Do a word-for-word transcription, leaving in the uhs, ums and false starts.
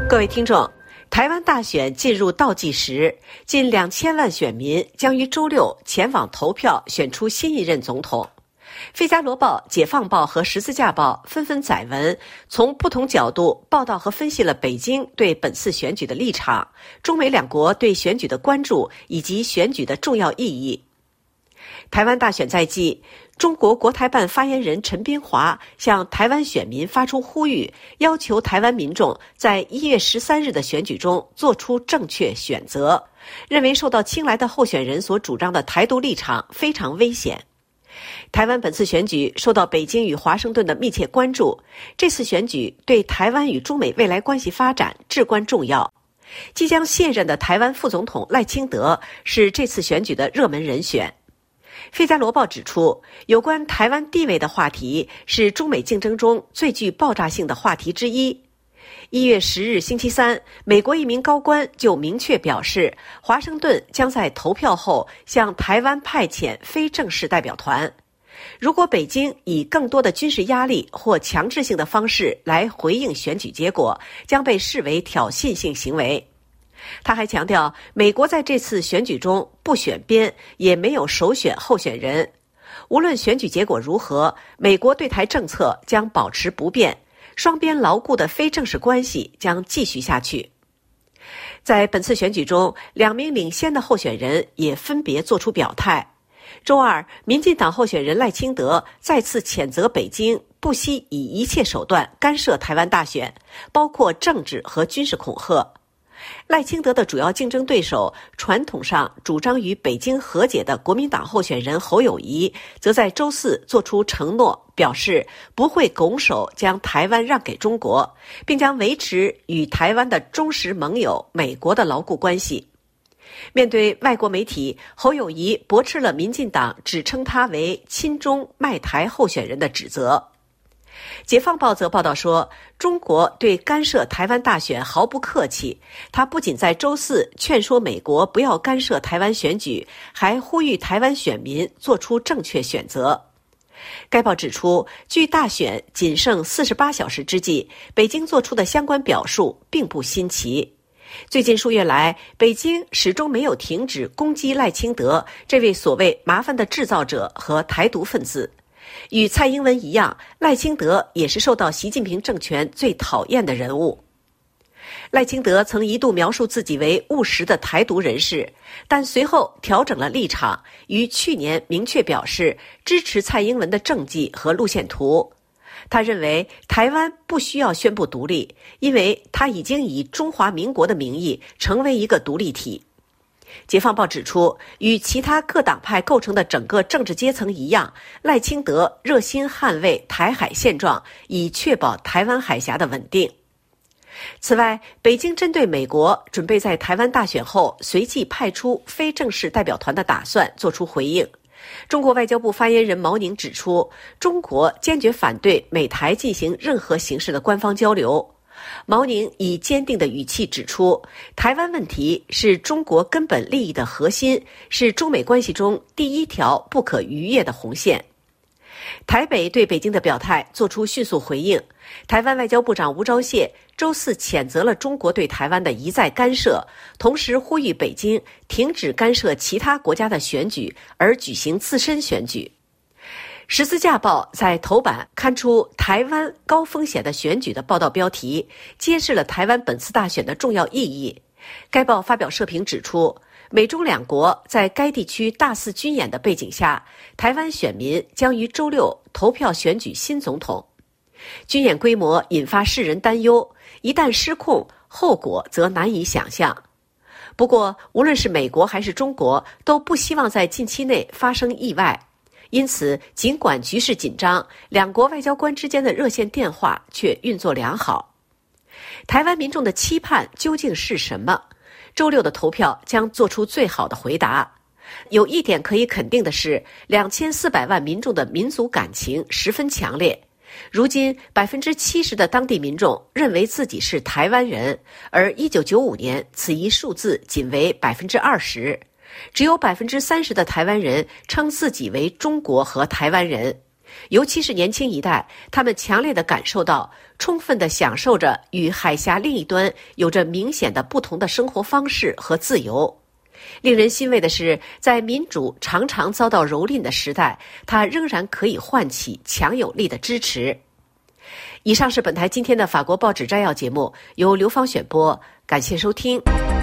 各位听众，台湾大选进入倒计时，近两千万选民将于周六前往投票，选出新一任总统。《费加罗报》、《解放报》和《十字架报》纷纷载文，从不同角度报道和分析了北京对本次选举的立场、中美两国对选举的关注以及选举的重要意义。台湾大选在即，中国国台办发言人陈斌华向台湾选民发出呼吁，要求台湾民众在一月十三日的选举中做出正确选择，认为受到青睐的候选人所主张的台独立场非常危险。台湾本次选举受到北京与华盛顿的密切关注，这次选举对台湾与中美未来关系发展至关重要。即将卸任的台湾副总统赖清德是这次选举的热门人选。《费加罗报》指出，有关台湾地位的话题是中美竞争中最具爆炸性的话题之一。一月十日星期三，美国一名高官就明确表示，华盛顿将在投票后向台湾派遣非正式代表团。如果北京以更多的军事压力或强制性的方式来回应选举结果，将被视为挑衅性行为。他还强调，美国在这次选举中不选边，也没有首选候选人。无论选举结果如何，美国对台政策将保持不变，双边牢固的非正式关系将继续下去。在本次选举中，两名领先的候选人也分别作出表态。周二，民进党候选人赖清德再次谴责北京不惜以一切手段干涉台湾大选，包括政治和军事恐吓。赖清德的主要竞争对手，传统上主张与北京和解的国民党候选人侯友宜，则在周四作出承诺，表示不会拱手将台湾让给中国，并将维持与台湾的忠实盟友美国的牢固关系。面对外国媒体，侯友宜驳斥了民进党指称他为亲中卖台候选人的指责。解放报则报道说，中国对干涉台湾大选毫不客气，他不仅在周四劝说美国不要干涉台湾选举，还呼吁台湾选民做出正确选择。该报指出，距大选仅剩四十八小时之际，北京做出的相关表述并不新奇。最近数月来，北京始终没有停止攻击赖清德这位所谓麻烦的制造者和台独分子。与蔡英文一样，赖清德也是受到习近平政权最讨厌的人物。赖清德曾一度描述自己为务实的台独人士，但随后调整了立场，于去年明确表示支持蔡英文的政绩和路线图。他认为台湾不需要宣布独立，因为他已经以中华民国的名义成为一个独立体。解放报指出，与其他各党派构成的整个政治阶层一样，赖清德热心捍卫台海现状，以确保台湾海峡的稳定。此外，北京针对美国准备在台湾大选后随即派出非正式代表团的打算作出回应。中国外交部发言人毛宁指出，中国坚决反对美台进行任何形式的官方交流。毛宁以坚定的语气指出，台湾问题是中国根本利益的核心，是中美关系中第一条不可逾越的红线。台北对北京的表态作出迅速回应，台湾外交部长吴钊燮周四谴责了中国对台湾的一再干涉，同时呼吁北京停止干涉其他国家的选举，而举行自身选举。十字架报在头版刊出台湾高风险的选举的报道标题，揭示了台湾本次大选的重要意义。该报发表社评指出，美中两国在该地区大肆军演的背景下，台湾选民将于周六投票选举新总统。军演规模引发世人担忧，一旦失控，后果则难以想象。不过，无论是美国还是中国，都不希望在近期内发生意外。因此，尽管局势紧张，两国外交官之间的热线电话却运作良好。台湾民众的期盼究竟是什么？周六的投票将做出最好的回答。有一点可以肯定的是，两千四百万民众的民族感情十分强烈。如今，百分之七十的当地民众认为自己是台湾人，而一九九五年此一数字仅为百分之二十。只有百分之三十的台湾人称自己为中国和台湾人。 尤其是年轻一代，他们强烈地感受到，充分地享受着与海峡另一端有着明显的不同的生活方式和自由。令人欣慰的是，在民主常常遭到蹂躏的时代，它仍然可以唤起强有力的支持。以上是本台今天的法国报纸摘要节目，由刘芳选播，感谢收听。